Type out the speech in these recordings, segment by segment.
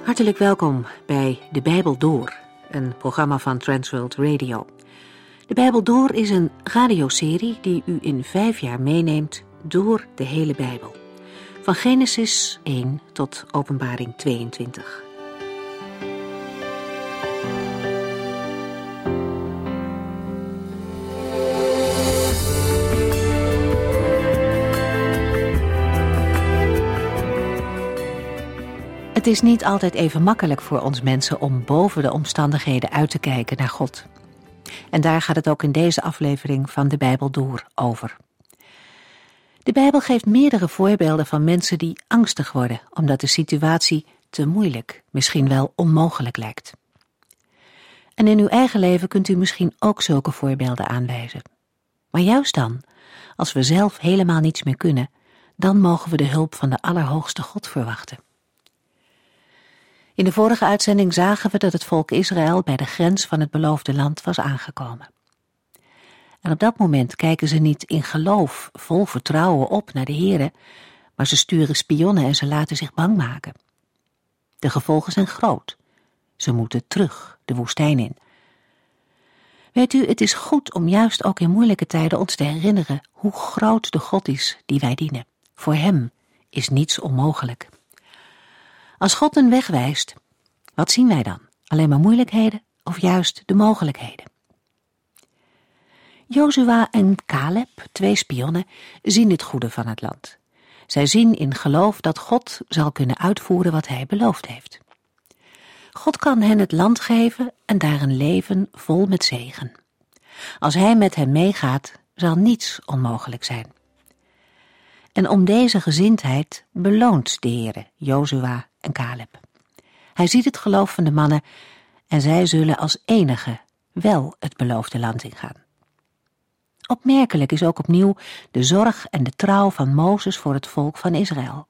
Hartelijk welkom bij De Bijbel Door, een programma van Transworld Radio. De Bijbel Door is een radioserie die u in 5 jaar meeneemt door de hele Bijbel. Van Genesis 1 tot Openbaring 22. Het is niet altijd even makkelijk voor ons mensen om boven de omstandigheden uit te kijken naar God. En daar gaat het ook in deze aflevering van De Bijbel Door over. De Bijbel geeft meerdere voorbeelden van mensen die angstig worden, omdat de situatie te moeilijk, misschien wel onmogelijk lijkt. En in uw eigen leven kunt u misschien ook zulke voorbeelden aanwijzen. Maar juist dan, als we zelf helemaal niets meer kunnen, dan mogen we de hulp van de Allerhoogste God verwachten. In de vorige uitzending zagen we dat het volk Israël bij de grens van het beloofde land was aangekomen. En op dat moment kijken ze niet in geloof, vol vertrouwen op naar de Here, maar ze sturen spionnen en ze laten zich bang maken. De gevolgen zijn groot. Ze moeten terug de woestijn in. Weet u, het is goed om juist ook in moeilijke tijden ons te herinneren hoe groot de God is die wij dienen. Voor hem is niets onmogelijk. Als God een weg wijst, wat zien wij dan? Alleen maar moeilijkheden of juist de mogelijkheden? Jozua en Caleb, 2 spionnen, zien het goede van het land. Zij zien in geloof dat God zal kunnen uitvoeren wat hij beloofd heeft. God kan hen het land geven en daar een leven vol met zegen. Als hij met hen meegaat, zal niets onmogelijk zijn. En om deze gezindheid beloont de Heere Jozua en Caleb. Hij ziet het geloof van de mannen en zij zullen als enige wel het beloofde land ingaan. Opmerkelijk is ook opnieuw de zorg en de trouw van Mozes voor het volk van Israël.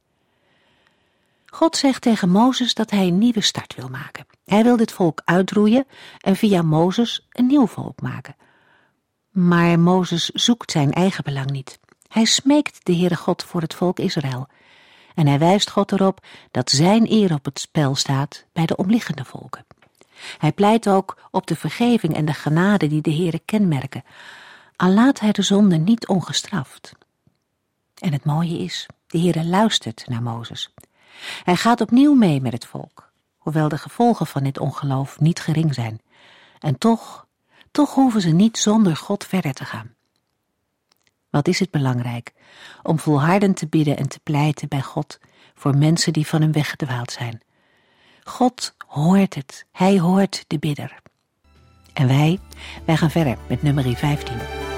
God zegt tegen Mozes dat hij een nieuwe start wil maken. Hij wil dit volk uitroeien en via Mozes een nieuw volk maken. Maar Mozes zoekt zijn eigen belang niet. Hij smeekt de Heere God voor het volk Israël. En hij wijst God erop dat zijn eer op het spel staat bij de omliggende volken. Hij pleit ook op de vergeving en de genade die de Heere kenmerken, al laat hij de zonde niet ongestraft. En het mooie is, de Heere luistert naar Mozes. Hij gaat opnieuw mee met het volk, hoewel de gevolgen van dit ongeloof niet gering zijn. En toch hoeven ze niet zonder God verder te gaan. Wat is het belangrijk om volhardend te bidden en te pleiten bij God voor mensen die van hem weggedwaald zijn. God hoort het, hij hoort de bidder. En wij gaan verder met nummer 15.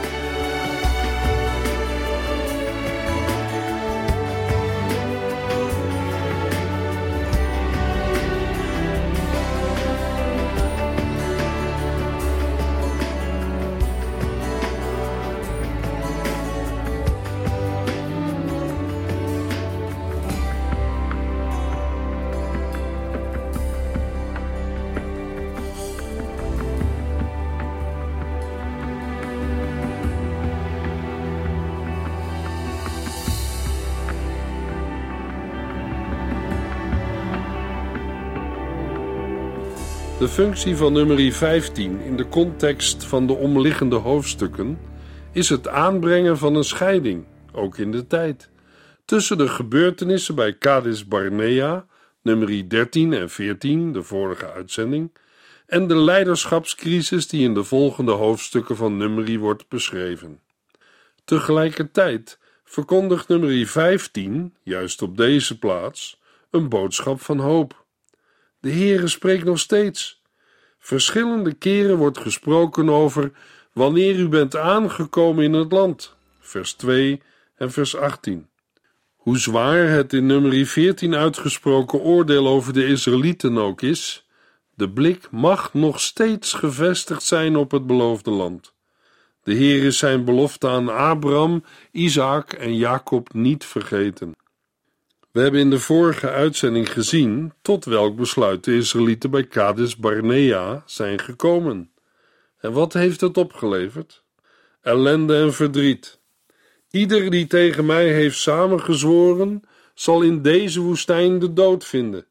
De functie van nummer 15 in de context van de omliggende hoofdstukken is het aanbrengen van een scheiding, ook in de tijd, tussen de gebeurtenissen bij Kades Barnea, nummer 13 en 14, de vorige uitzending, en de leiderschapscrisis die in de volgende hoofdstukken van nummer wordt beschreven. Tegelijkertijd verkondigt nummer 15, juist op deze plaats, een boodschap van hoop. De Heere spreekt nog steeds. Verschillende keren wordt gesproken over wanneer u bent aangekomen in het land. Vers 2 en vers 18. Hoe zwaar het in nummer 14 uitgesproken oordeel over de Israëlieten ook is, de blik mag nog steeds gevestigd zijn op het beloofde land. De Heer is zijn belofte aan Abraham, Isaac en Jacob niet vergeten. We hebben in de vorige uitzending gezien tot welk besluit de Israëlieten bij Kades Barnea zijn gekomen. En wat heeft het opgeleverd? Ellende en verdriet. Ieder die tegen mij heeft samengezworen, zal in deze woestijn de dood vinden.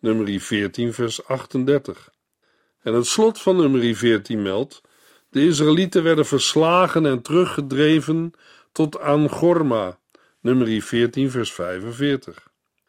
Numeri 14 vers 38. En het slot van Numeri 14 meldt: de Israëlieten werden verslagen en teruggedreven tot aan Gorma, Numeri 14 vers 45.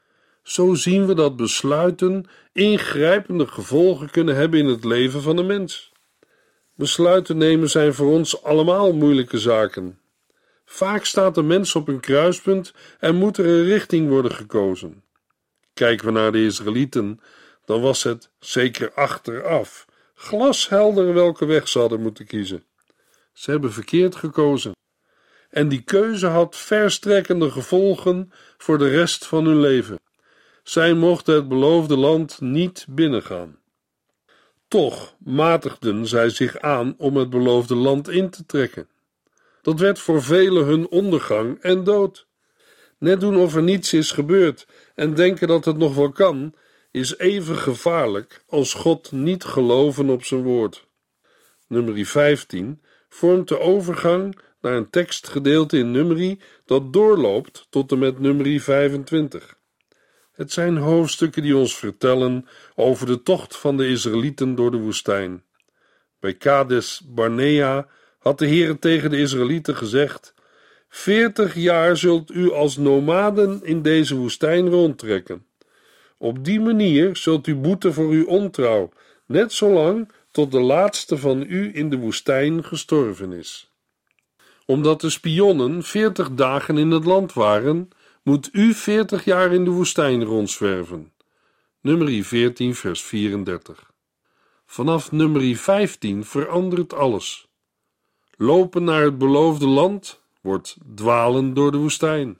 Zo zien we dat besluiten ingrijpende gevolgen kunnen hebben in het leven van een mens. Besluiten nemen zijn voor ons allemaal moeilijke zaken. Vaak staat de mens op een kruispunt en moet er een richting worden gekozen. Kijken we naar de Israëlieten, dan was het, zeker achteraf, glashelder welke weg ze hadden moeten kiezen. Ze hebben verkeerd gekozen. En die keuze had verstrekkende gevolgen voor de rest van hun leven. Zij mochten het beloofde land niet binnengaan. Toch matigden zij zich aan om het beloofde land in te trekken. Dat werd voor velen hun ondergang en dood. Net doen of er niets is gebeurd en denken dat het nog wel kan, is even gevaarlijk als God niet geloven op zijn woord. Numeri 15 vormt de overgang naar een tekstgedeelte in Numeri dat doorloopt tot en met Numeri 25. Het zijn hoofdstukken die ons vertellen over de tocht van de Israëlieten door de woestijn. Bij Kades Barnea had de Heere tegen de Israëlieten gezegd: 40 jaar zult u als nomaden in deze woestijn rondtrekken. Op die manier zult u boeten voor uw ontrouw, net zolang tot de laatste van u in de woestijn gestorven is. Omdat de spionnen 40 dagen in het land waren, moet u 40 jaar in de woestijn rondzwerven. Numeri 14 vers 34. Vanaf Numeri 15 verandert alles. Lopen naar het beloofde land wordt dwalen door de woestijn.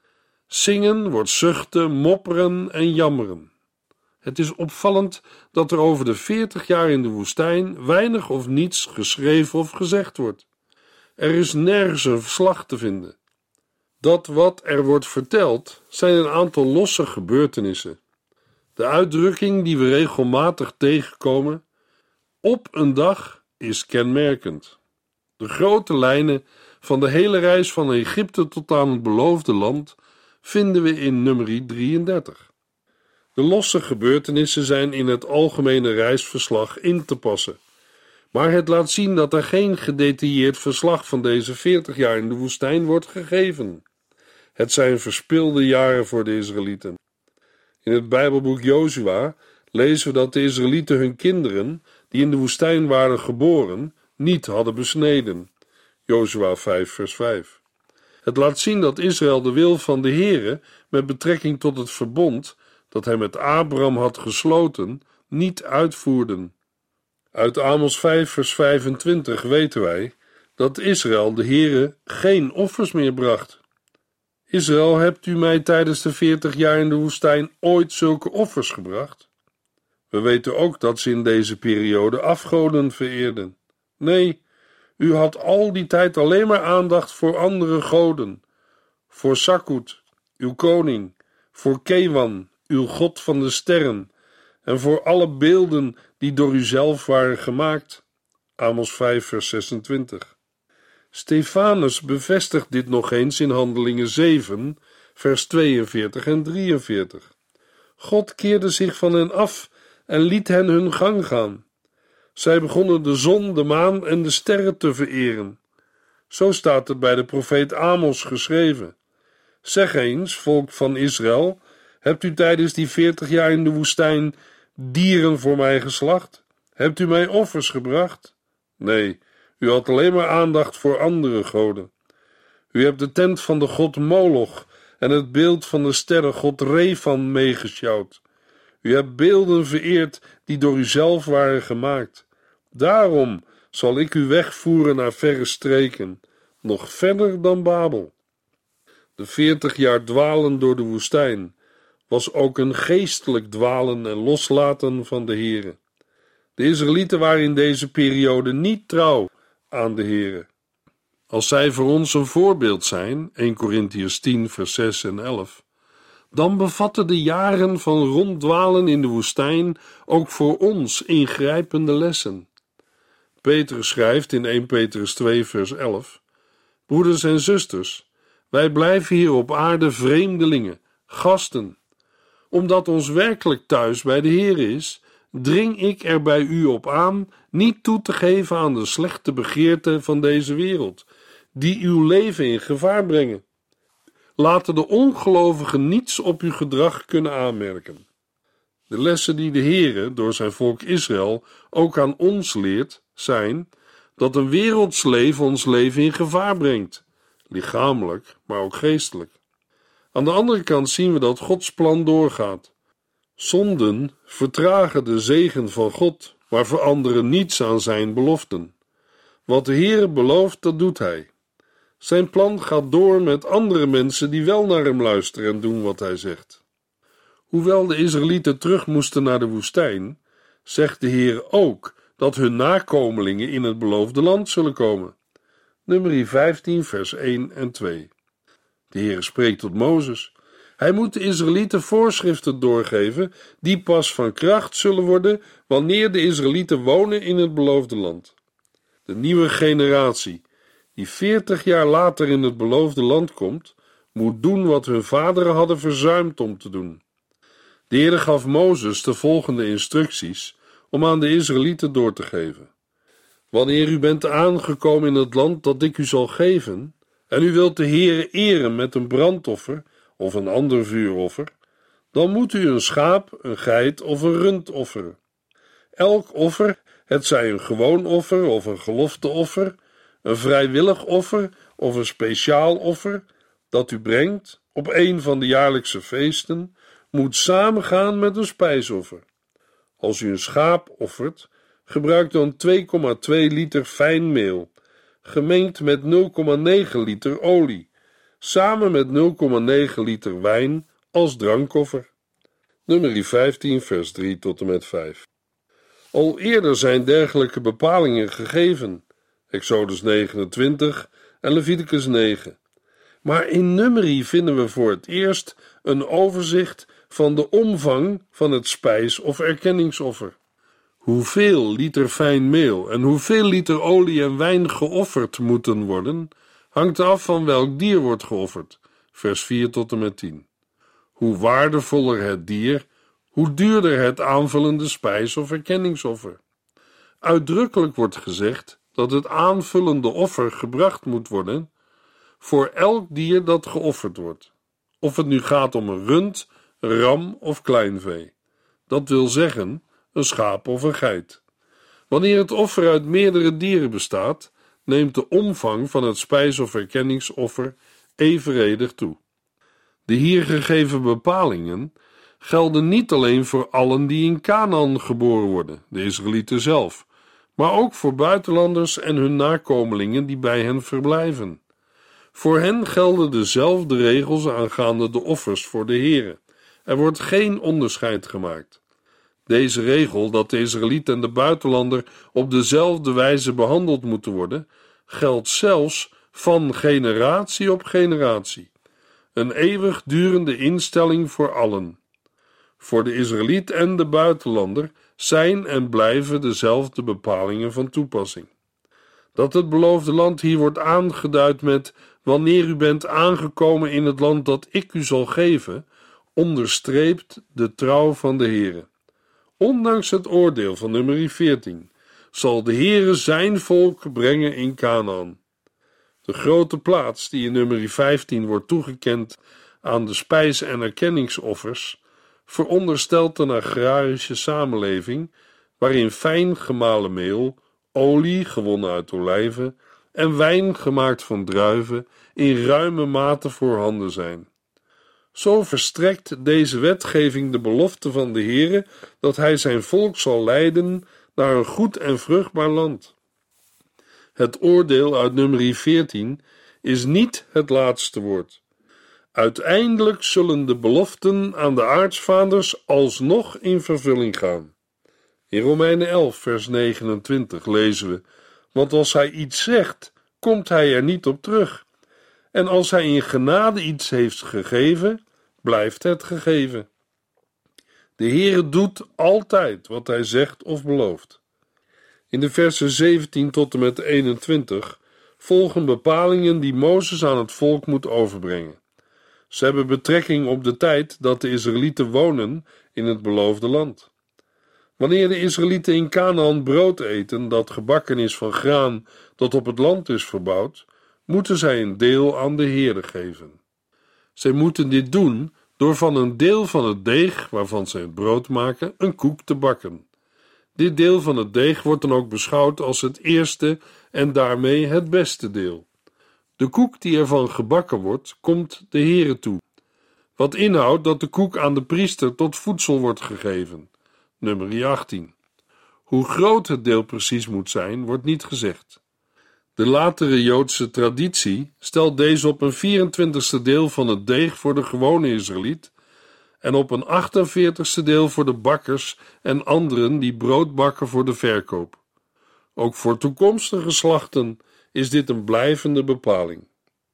Zingen wordt zuchten, mopperen en jammeren. Het is opvallend dat er over de 40 jaar in de woestijn weinig of niets geschreven of gezegd wordt. Er is nergens een verslag te vinden. Dat wat er wordt verteld zijn een aantal losse gebeurtenissen. De uitdrukking die we regelmatig tegenkomen, op een dag, is kenmerkend. De grote lijnen van de hele reis van Egypte tot aan het beloofde land vinden we in Numeri 33. De losse gebeurtenissen zijn in het algemene reisverslag in te passen, maar het laat zien dat er geen gedetailleerd verslag van deze 40 jaar in de woestijn wordt gegeven. Het zijn verspilde jaren voor de Israëlieten. In het Bijbelboek Jozua lezen we dat de Israëlieten hun kinderen, die in de woestijn waren geboren, niet hadden besneden. Jozua 5 vers 5. Het laat zien dat Israël de wil van de Heere met betrekking tot het verbond dat hij met Abraham had gesloten, niet uitvoerden. Uit Amos 5 vers 25 weten wij dat Israël de Heere geen offers meer bracht. Israël, hebt u mij tijdens de 40 jaar in de woestijn ooit zulke offers gebracht? We weten ook dat ze in deze periode afgoden vereerden. Nee, u had al die tijd alleen maar aandacht voor andere goden. Voor Sakut, uw koning, voor Kewan, uw god van de sterren, en voor alle beelden die door uzelf waren gemaakt. Amos 5 vers 26. Stefanus bevestigt dit nog eens in Handelingen 7, vers 42 en 43. God keerde zich van hen af en liet hen hun gang gaan. Zij begonnen de zon, de maan en de sterren te vereren. Zo staat het bij de profeet Amos geschreven. Zeg eens, volk van Israël, hebt u tijdens die 40 jaar in de woestijn dieren voor mij geslacht? Hebt u mij offers gebracht? Nee, u had alleen maar aandacht voor andere goden. U hebt de tent van de god Moloch en het beeld van de sterrengod Refan meegesjouwd. U hebt beelden vereerd die door uzelf waren gemaakt. Daarom zal ik u wegvoeren naar verre streken, nog verder dan Babel. De 40 jaar dwalen door de woestijn was ook een geestelijk dwalen en loslaten van de Heere. De Israëlieten waren in deze periode niet trouw aan de Heere. Als zij voor ons een voorbeeld zijn, 1 Korintiërs 10 vers 6 en 11, dan bevatten de jaren van ronddwalen in de woestijn ook voor ons ingrijpende lessen. Petrus schrijft in 1 Petrus 2 vers 11, broeders en zusters, wij blijven hier op aarde vreemdelingen, gasten. omdat ons werkelijk thuis bij de Heer is, dring ik er bij u op aan niet toe te geven aan de slechte begeerten van deze wereld, die uw leven in gevaar brengen. Laten de ongelovigen niets op uw gedrag kunnen aanmerken. De lessen die de Heere door zijn volk Israël ook aan ons leert, zijn dat een werelds leven ons leven in gevaar brengt, lichamelijk, maar ook geestelijk. Aan de andere kant zien we dat Gods plan doorgaat. Zonden vertragen de zegen van God, maar veranderen niets aan zijn beloften. Wat de Heere belooft, dat doet hij. Zijn plan gaat door met andere mensen die wel naar hem luisteren en doen wat hij zegt. Hoewel de Israëlieten terug moesten naar de woestijn, zegt de Heer ook dat hun nakomelingen in het beloofde land zullen komen. Numeri 15 vers 1 en 2. De Heer spreekt tot Mozes. Hij moet de Israëlieten voorschriften doorgeven die pas van kracht zullen worden wanneer de Israëlieten wonen in het beloofde land. De nieuwe generatie, die 40 jaar later in het beloofde land komt, moet doen wat hun vaderen hadden verzuimd om te doen. De Heer gaf Mozes de volgende instructies om aan de Israëlieten door te geven. Wanneer u bent aangekomen in het land dat ik u zal geven, en u wilt de Heere eren met een brandoffer of een ander vuuroffer, dan moet u een schaap, een geit of een rund offeren. Elk offer, het zij een gewoon offer of een gelofteoffer, een vrijwillig offer of een speciaal offer, dat u brengt op een van de jaarlijkse feesten, moet samengaan met een spijsoffer. Als u een schaap offert, gebruik dan 2,2 liter fijn meel, gemengd met 0,9 liter olie, samen met 0,9 liter wijn als drankoffer. Numeri 15 vers 3 tot en met 5. Al eerder zijn dergelijke bepalingen gegeven, Exodus 29 en Leviticus 9. Maar in Numeri vinden we voor het eerst een overzicht van de omvang van het spijs- of erkenningsoffer. Hoeveel liter fijn meel en hoeveel liter olie en wijn geofferd moeten worden, hangt af van welk dier wordt geofferd, vers 4 tot en met 10. Hoe waardevoller het dier, hoe duurder het aanvullende spijs- of erkenningsoffer. Uitdrukkelijk wordt gezegd dat het aanvullende offer gebracht moet worden voor elk dier dat geofferd wordt, of het nu gaat om een rund, ram of kleinvee. Dat wil zeggen een schaap of een geit. Wanneer het offer uit meerdere dieren bestaat, neemt de omvang van het spijs- of erkenningsoffer evenredig toe. De hier gegeven bepalingen gelden niet alleen voor allen die in Kanaan geboren worden, de Israëlieten zelf, maar ook voor buitenlanders en hun nakomelingen die bij hen verblijven. Voor hen gelden dezelfde regels aangaande de offers voor de Here. Er wordt geen onderscheid gemaakt. Deze regel dat de Israëliet en de buitenlander op dezelfde wijze behandeld moeten worden, geldt zelfs van generatie op generatie. Een eeuwigdurende instelling voor allen. Voor de Israëliet en de buitenlander zijn en blijven dezelfde bepalingen van toepassing. Dat het beloofde land hier wordt aangeduid met wanneer u bent aangekomen in het land dat ik u zal geven, onderstreept de trouw van de Heere. Ondanks het oordeel van Numeri 14 zal de Heere zijn volk brengen in Kanaan. De grote plaats die in Numeri 15 wordt toegekend aan de spijs- en erkenningsoffers veronderstelt een agrarische samenleving waarin fijn gemalen meel, olie gewonnen uit olijven en wijn gemaakt van druiven in ruime mate voorhanden zijn. Zo verstrekt deze wetgeving de belofte van de Heere dat hij zijn volk zal leiden naar een goed en vruchtbaar land. Het oordeel uit Numeri 14 is niet het laatste woord. Uiteindelijk zullen de beloften aan de aartsvaders alsnog in vervulling gaan. In Romeinen 11 vers 29 lezen we: want als hij iets zegt, komt hij er niet op terug. En als hij in genade iets heeft gegeven, blijft het gegeven. De Heere doet altijd wat hij zegt of belooft. In de versen 17 tot en met 21 volgen bepalingen die Mozes aan het volk moet overbrengen. Ze hebben betrekking op de tijd dat de Israëlieten wonen in het beloofde land. Wanneer de Israëlieten in Kanaan brood eten dat gebakken is van graan dat op het land is verbouwd, moeten zij een deel aan de Heere geven. Zij moeten dit doen door van een deel van het deeg waarvan zij het brood maken een koek te bakken. Dit deel van het deeg wordt dan ook beschouwd als het eerste en daarmee het beste deel. De koek die ervan gebakken wordt, komt de Heere toe, wat inhoudt dat de koek aan de priester tot voedsel wordt gegeven. Nummer 18. Hoe groot het deel precies moet zijn, wordt niet gezegd. De latere Joodse traditie stelt deze op een 24ste deel van het deeg voor de gewone Israëliet en op een 48ste deel voor de bakkers en anderen die brood bakken voor de verkoop. Ook voor toekomstige geslachten is dit een blijvende bepaling.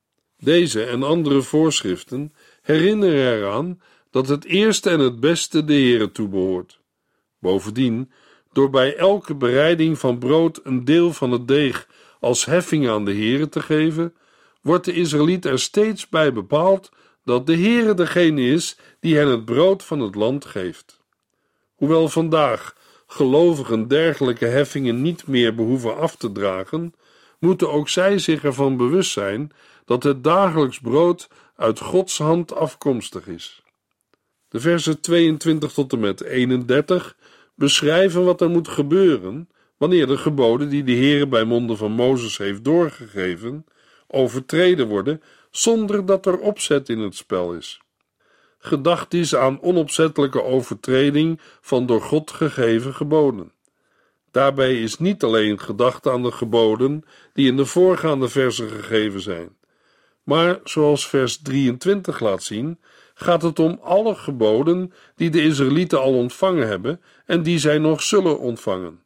Deze en andere voorschriften herinneren eraan dat het eerste en het beste de Heere toebehoort. Bovendien, door bij elke bereiding van brood een deel van het deeg als heffing aan de Heere te geven, wordt de Israëliet er steeds bij bepaald dat de Heere degene is die hen het brood van het land geeft. Hoewel vandaag gelovigen dergelijke heffingen niet meer behoeven af te dragen, moeten ook zij zich ervan bewust zijn dat het dagelijks brood uit Gods hand afkomstig is. De versen 22 tot en met 31 beschrijven wat er moet gebeuren wanneer de geboden die de Heere bij monden van Mozes heeft doorgegeven, overtreden worden zonder dat er opzet in het spel is. Gedacht is aan onopzettelijke overtreding van door God gegeven geboden. Daarbij is niet alleen gedacht aan de geboden die in de voorgaande versen gegeven zijn, maar zoals vers 23 laat zien, gaat het om alle geboden die de Israëlieten al ontvangen hebben en die zij nog zullen ontvangen.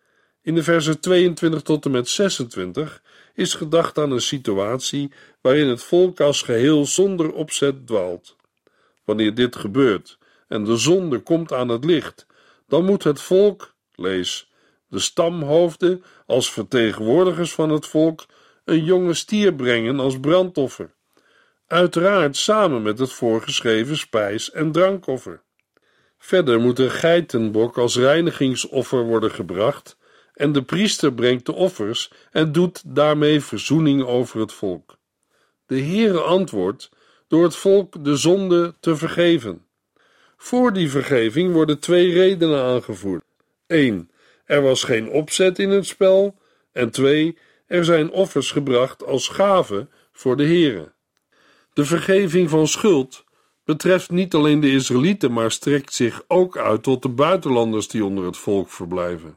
In de versen 22 tot en met 26 is gedacht aan een situatie waarin het volk als geheel zonder opzet dwaalt. Wanneer dit gebeurt en de zonde komt aan het licht, dan moet het volk, lees, de stamhoofden als vertegenwoordigers van het volk, een jonge stier brengen als brandoffer. Uiteraard samen met het voorgeschreven spijs- en drankoffer. Verder moet een geitenbok als reinigingsoffer worden gebracht en de priester brengt de offers en doet daarmee verzoening over het volk. De Heere antwoordt door het volk de zonde te vergeven. Voor die vergeving worden 2 redenen aangevoerd. 1. Er was geen opzet in het spel en 2. Er zijn offers gebracht als gave voor de Heere. De vergeving van schuld betreft niet alleen de Israëlieten, maar strekt zich ook uit tot de buitenlanders die onder het volk verblijven.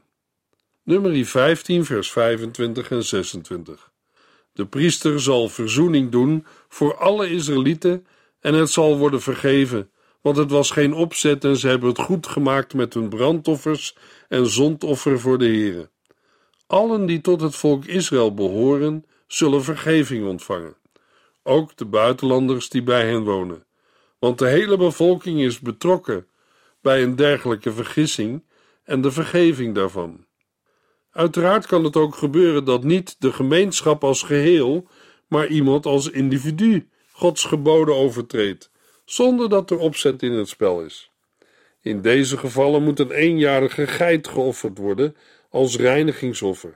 Nummer 15, vers 25 en 26. De priester zal verzoening doen voor alle Israëlieten en het zal worden vergeven, want het was geen opzet en ze hebben het goed gemaakt met hun brandoffers en zondoffer voor de Heere. Allen die tot het volk Israël behoren, zullen vergeving ontvangen. Ook de buitenlanders die bij hen wonen. Want de hele bevolking is betrokken bij een dergelijke vergissing en de vergeving daarvan. Uiteraard kan het ook gebeuren dat niet de gemeenschap als geheel, maar iemand als individu Gods geboden overtreedt, zonder dat er opzet in het spel is. In deze gevallen moet een eenjarige geit geofferd worden als reinigingsoffer.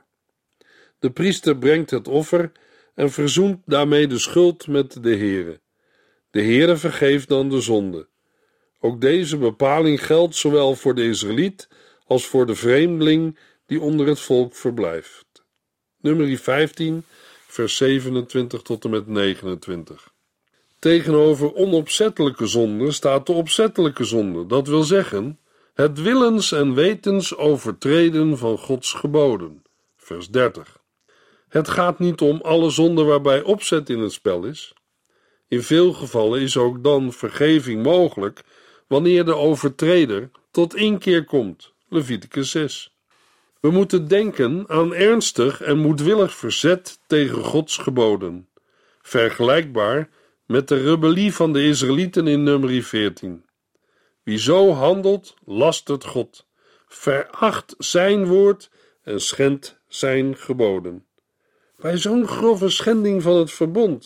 De priester brengt het offer en verzoent daarmee de schuld met de Heere. De Heere vergeeft dan de zonde. Ook deze bepaling geldt zowel voor de Israëliet als voor de vreemdeling die onder het volk verblijft. Nummer 15, vers 27 tot en met 29. Tegenover onopzettelijke zonde staat de opzettelijke zonde, dat wil zeggen, het willens en wetens overtreden van Gods geboden. Vers 30. Het gaat niet om alle zonden waarbij opzet in het spel is. In veel gevallen is ook dan vergeving mogelijk wanneer de overtreder tot inkeer komt. Leviticus 6. We moeten denken aan ernstig en moedwillig verzet tegen Gods geboden, vergelijkbaar met de rebellie van de Israëlieten in nummer 14. Wie zo handelt, lastert God, veracht zijn woord en schendt zijn geboden. Bij zo'n grove schending van het verbond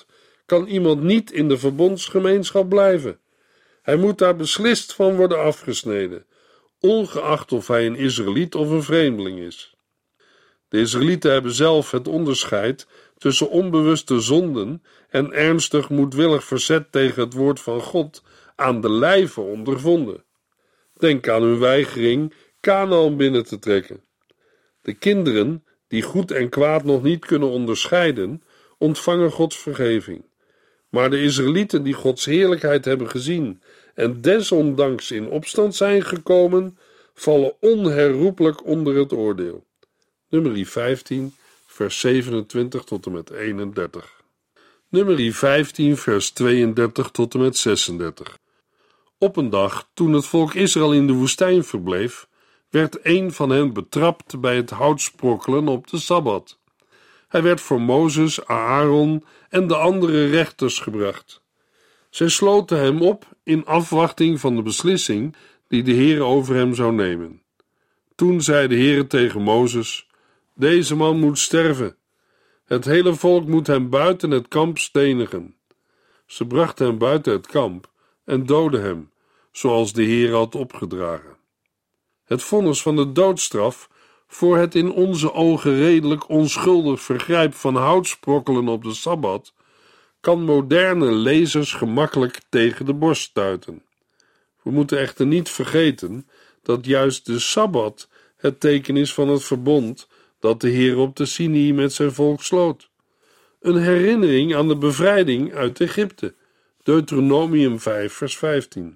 kan iemand niet in de verbondsgemeenschap blijven. Hij moet daar beslist van worden afgesneden, ongeacht of hij een Israëliet of een vreemdeling is. De Israëlieten hebben zelf het onderscheid tussen onbewuste zonden en ernstig moedwillig verzet tegen het woord van God aan de lijve ondervonden. Denk aan hun weigering Kanaän binnen te trekken. De kinderen, die goed en kwaad nog niet kunnen onderscheiden, ontvangen Gods vergeving. Maar de Israëlieten die Gods heerlijkheid hebben gezien en desondanks in opstand zijn gekomen, vallen onherroepelijk onder het oordeel. Numeri 15, vers 27 tot en met 31. Numeri 15, vers 32 tot en met 36. Op een dag, toen het volk Israël in de woestijn verbleef, werd een van hen betrapt bij het houtsprokkelen op de Sabbat. Hij werd voor Mozes, Aaron en de andere rechters gebracht. Zij sloten hem op in afwachting van de beslissing die de Heer over hem zou nemen. Toen zei de Heer tegen Mozes: deze man moet sterven. Het hele volk moet hem buiten het kamp stenigen. Ze brachten hem buiten het kamp en doodden hem, zoals de Heer had opgedragen. Het vonnis van de doodstraf voor het in onze ogen redelijk onschuldig vergrijp van houtsprokkelen op de Sabbat kan moderne lezers gemakkelijk tegen de borst stuiten. We moeten echter niet vergeten dat juist de Sabbat het teken is van het verbond dat de Heer op de Sinaï met zijn volk sloot. Een herinnering aan de bevrijding uit Egypte, Deuteronomium 5 vers 15.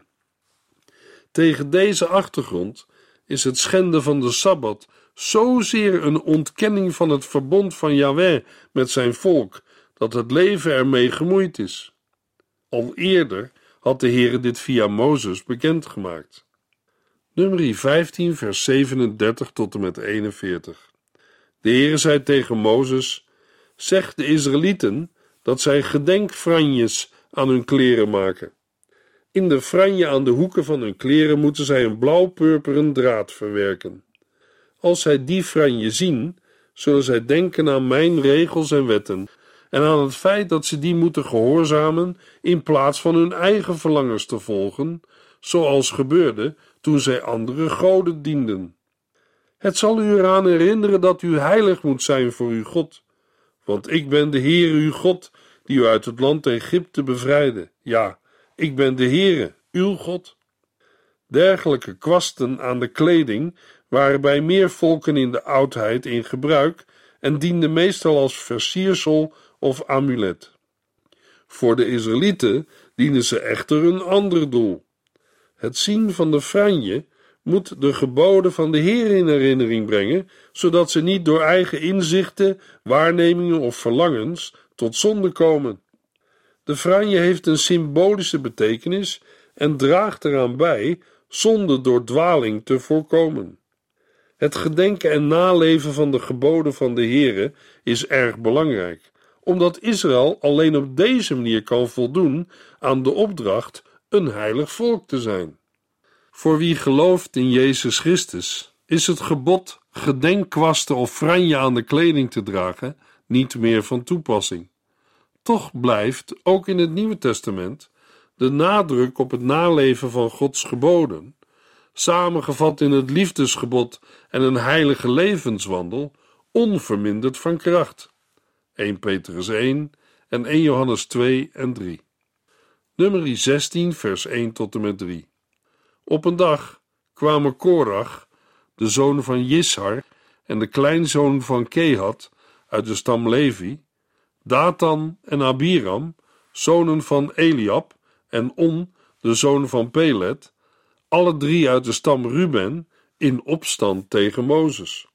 Tegen deze achtergrond is het schenden van de Sabbat zozeer een ontkenning van het verbond van Jahweh met zijn volk, dat het leven ermee gemoeid is. Al eerder had de Heer dit via Mozes bekendgemaakt. Numeri 15 vers 37 tot en met 41. De Heer zei tegen Mozes: zeg de Israëlieten dat zij gedenkfranjes aan hun kleren maken. In de franje aan de hoeken van hun kleren moeten zij een blauw-purperen draad verwerken. Als zij die franje zien, zullen zij denken aan mijn regels en wetten en aan het feit dat ze die moeten gehoorzamen in plaats van hun eigen verlangens te volgen, zoals gebeurde toen zij andere goden dienden. Het zal u eraan herinneren dat u heilig moet zijn voor uw God, want ik ben de Heer uw God, die u uit het land Egypte bevrijdde. Ja, ik ben de Heere, uw God. Dergelijke kwasten aan de kleding waren bij meer volken in de oudheid in gebruik en dienden meestal als versiersel of amulet. Voor de Israëlieten dienen ze echter een ander doel. Het zien van de franje moet de geboden van de Heer in herinnering brengen, zodat ze niet door eigen inzichten, waarnemingen of verlangens tot zonde komen. De franje heeft een symbolische betekenis en draagt eraan bij zonde door dwaling te voorkomen. Het gedenken en naleven van de geboden van de Heere is erg belangrijk, omdat Israël alleen op deze manier kan voldoen aan de opdracht een heilig volk te zijn. Voor wie gelooft in Jezus Christus is het gebod gedenkkwasten of franje aan de kleding te dragen niet meer van toepassing. Toch blijft, ook in het Nieuwe Testament, de nadruk op het naleven van Gods geboden, samengevat in het liefdesgebod en een heilige levenswandel, onverminderd van kracht. 1 Petrus 1 en 1 Johannes 2 en 3. Numeri 16 vers 1 tot en met 3. Op een dag kwamen Korach, de zoon van Jishar en de kleinzoon van Kehat uit de stam Levi, Datan en Abiram, zonen van Eliab, en On, de zoon van Pelet, alle drie uit de stam Ruben, in opstand tegen Mozes.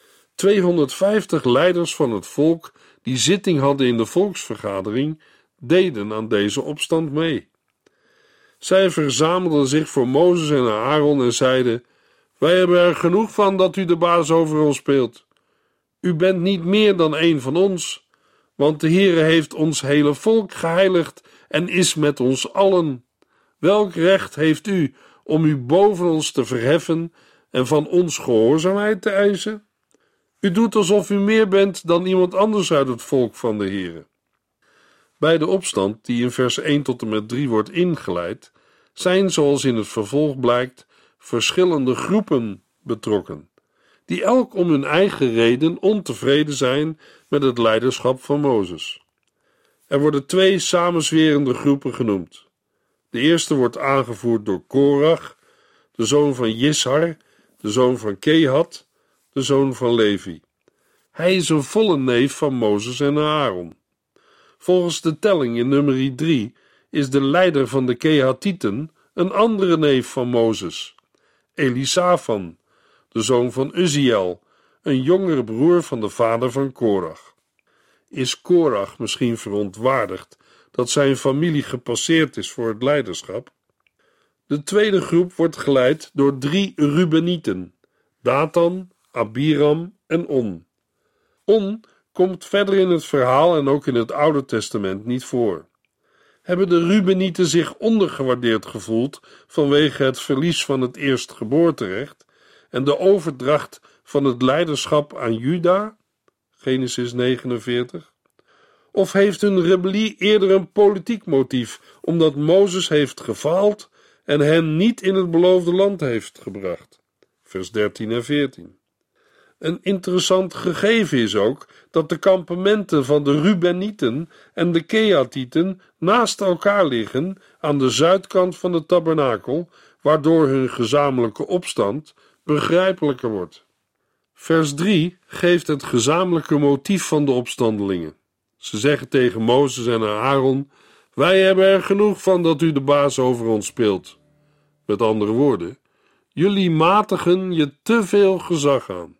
250 leiders van het volk die zitting hadden in de volksvergadering, deden aan deze opstand mee. Zij verzamelden zich voor Mozes en Aaron en zeiden: wij hebben er genoeg van dat u de baas over ons speelt. U bent niet meer dan een van ons, want de Heere heeft ons hele volk geheiligd en is met ons allen. Welk recht heeft u om u boven ons te verheffen en van ons gehoorzaamheid te eisen? U doet alsof u meer bent dan iemand anders uit het volk van de Heere. Bij de opstand, die in vers 1 tot en met 3 wordt ingeleid, zijn, zoals in het vervolg blijkt, verschillende groepen betrokken, die elk om hun eigen reden ontevreden zijn met het leiderschap van Mozes. Er worden 2 samenzwerende groepen genoemd. De eerste wordt aangevoerd door Korach, de zoon van Jishar, de zoon van Kehat, de zoon van Levi. Hij is een volle neef van Mozes en Aaron. Volgens de telling in nummer 3 is de leider van de Kehatieten een andere neef van Mozes, Elisafan, de zoon van Uzziel, een jongere broer van de vader van Korach. Is Korach misschien verontwaardigd dat zijn familie gepasseerd is voor het leiderschap? De tweede groep wordt geleid door 3 Rubenieten, Datan, Abiram en On. On komt verder in het verhaal en ook in het Oude Testament niet voor. Hebben de Rubenieten zich ondergewaardeerd gevoeld vanwege het verlies van het eerstgeboorterecht en de overdracht van het leiderschap aan Juda? Genesis 49. Of heeft hun rebellie eerder een politiek motief, omdat Mozes heeft gefaald en hen niet in het beloofde land heeft gebracht? Vers 13 en 14. Een interessant gegeven is ook dat de kampementen van de Rubenieten en de Kehatieten naast elkaar liggen aan de zuidkant van de tabernakel, waardoor hun gezamenlijke opstand begrijpelijker wordt. Vers 3 geeft het gezamenlijke motief van de opstandelingen. Ze zeggen tegen Mozes en Aaron: wij hebben er genoeg van dat u de baas over ons speelt. Met andere woorden, jullie matigen je te veel gezag aan.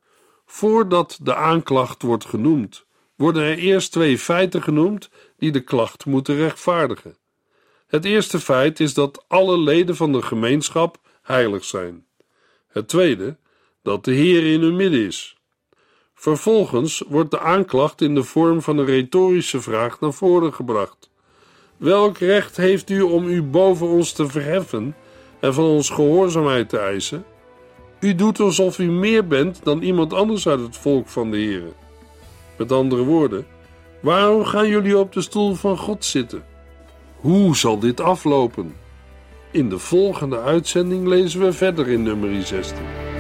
Voordat de aanklacht wordt genoemd, worden er eerst 2 feiten genoemd die de klacht moeten rechtvaardigen. Het eerste feit is dat alle leden van de gemeenschap heilig zijn. Het tweede, dat de Heer in hun midden is. Vervolgens wordt de aanklacht in de vorm van een retorische vraag naar voren gebracht. Welk recht heeft u om u boven ons te verheffen en van ons gehoorzaamheid te eisen? U doet alsof u meer bent dan iemand anders uit het volk van de Heere. Met andere woorden, waarom gaan jullie op de stoel van God zitten? Hoe zal dit aflopen? In de volgende uitzending lezen we verder in nummer 16.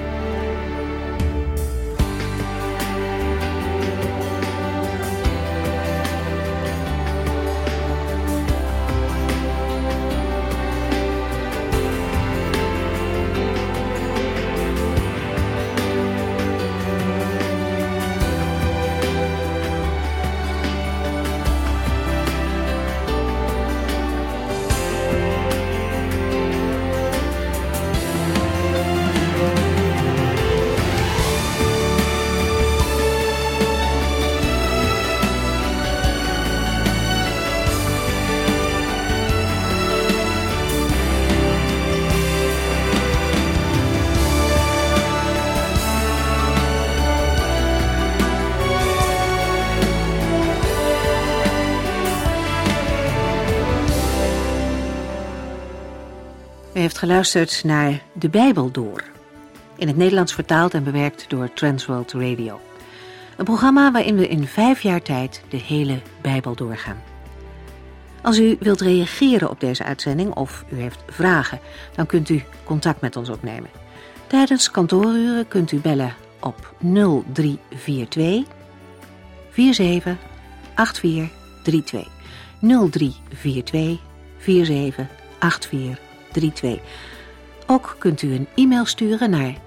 U heeft geluisterd naar De Bijbel Door. In het Nederlands vertaald en bewerkt door Transworld Radio. Een programma waarin we in 5 jaar tijd de hele Bijbel doorgaan. Als u wilt reageren op deze uitzending of u heeft vragen, dan kunt u contact met ons opnemen. Tijdens kantooruren kunt u bellen op 0342 47 8432. 0342 47 8432. Ook kunt u een e-mail sturen naar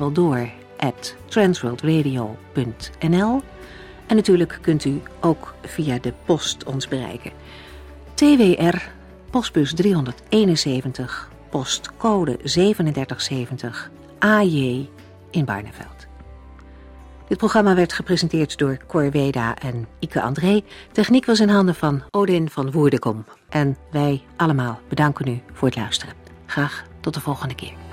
debijbeldoor@transworldradio.nl en natuurlijk kunt u ook via de post ons bereiken. TWR, postbus 371, postcode 3770, AJ in Barneveld. Dit programma werd gepresenteerd door Cor Weda en Ike André. Techniek was in handen van Odin van Woerdekom. En wij allemaal bedanken u voor het luisteren. Graag tot de volgende keer.